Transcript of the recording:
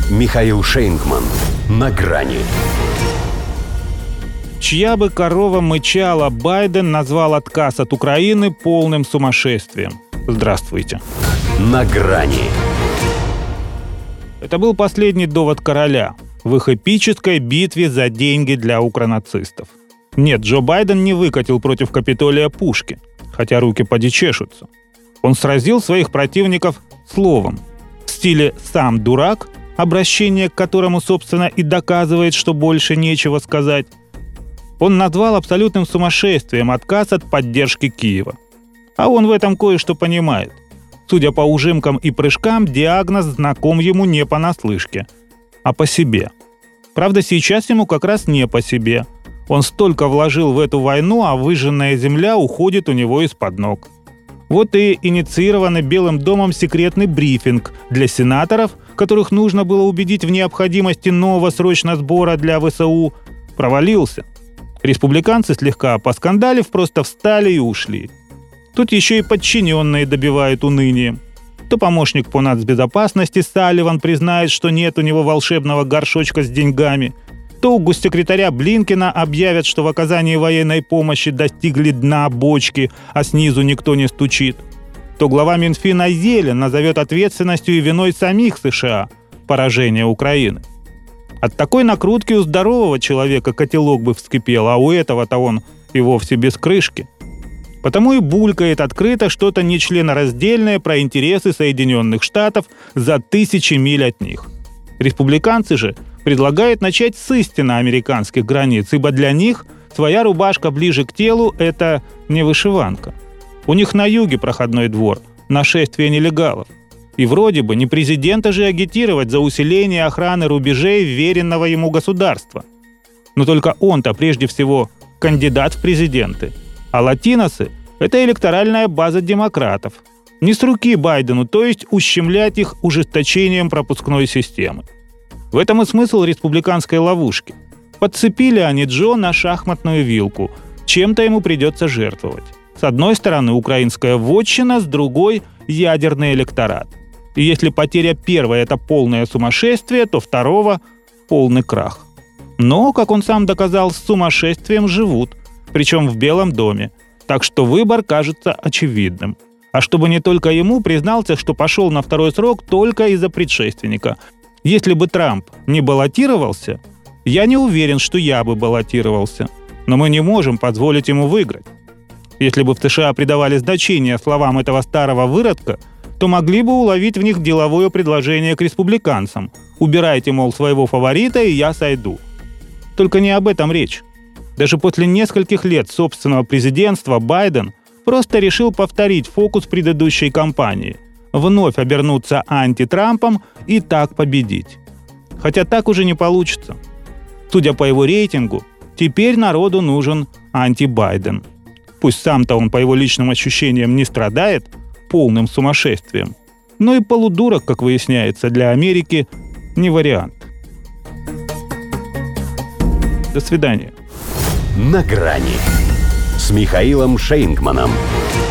Михаил Шейнгман. На грани. Чья бы корова мычала, Байден назвал отказ от Украины полным сумасшествием. Здравствуйте. На грани. Это был последний довод короля в их эпической битве за деньги для укронацистов. Нет, Джо Байден не выкатил против Капитолия пушки, хотя руки поди чешутся. Он сразил своих противников словом в стиле «сам дурак», обращение к которому, собственно, и доказывает, что больше нечего сказать. Он назвал абсолютным сумасшествием отказ от поддержки Киева. А он в этом кое-что понимает. Судя по ужимкам и прыжкам, диагноз знаком ему не понаслышке, а по себе. Правда, сейчас ему как раз не по себе. Он столько вложил в эту войну, а выжженная земля уходит у него из-под ног. Вот и инициированный Белым домом секретный брифинг для сенаторов, которых нужно было убедить в необходимости нового срочного сбора для ВСУ, провалился. Республиканцы, слегка поскандалив, просто встали и ушли. Тут еще и подчиненные добивают унынием. То помощник по нацбезопасности Салливан признает, что нет у него волшебного горшочка с деньгами, то у госсекретаря Блинкена объявят, что в оказании военной помощи достигли дна бочки, а снизу никто не стучит. То глава Минфина Йеллен назовет ответственностью и виной самих США поражение Украины. От такой накрутки у здорового человека котелок бы вскипел, а у этого-то он и вовсе без крышки. Потому и булькает открыто что-то нечленораздельное про интересы Соединенных Штатов за тысячи миль от них. Республиканцы же предлагают начать с истинно американских границ, ибо для них своя рубашка ближе к телу – это не вышиванка. У них на юге проходной двор, нашествие нелегалов. И вроде бы не президента же агитировать за усиление охраны рубежей веренного ему государства. Но только он-то прежде всего кандидат в президенты. А латиносы – это электоральная база демократов. Не с руки Байдену, то есть ущемлять их ужесточением пропускной системы. В этом и смысл республиканской ловушки. Подцепили они Джо на шахматную вилку. Чем-то ему придется жертвовать. С одной стороны украинская вотчина, с другой – ядерный электорат. И если потеря первой – это полное сумасшествие, то второго – полный крах. Но, как он сам доказал, с сумасшествием живут, причем в Белом доме. Так что выбор кажется очевидным. А чтобы не только ему, признался, что пошел на второй срок только из-за предшественника. Если бы Трамп не баллотировался, я не уверен, что я бы баллотировался. Но мы не можем позволить ему выиграть. Если бы в США придавали значение словам этого старого выродка, то могли бы уловить в них деловое предложение к республиканцам. Убирайте, мол, своего фаворита, и я сойду. Только не об этом речь. Даже после нескольких лет собственного президентства Байден просто решил повторить фокус предыдущей кампании. Вновь обернуться антитрампом и так победить. Хотя так уже не получится. Судя по его рейтингу, теперь народу нужен анти-Байден. Пусть сам-то он по его личным ощущениям не страдает полным сумасшествием, но и полудурок, как выясняется, для Америки не вариант. До свидания. На грани с Михаилом Шейнгманом.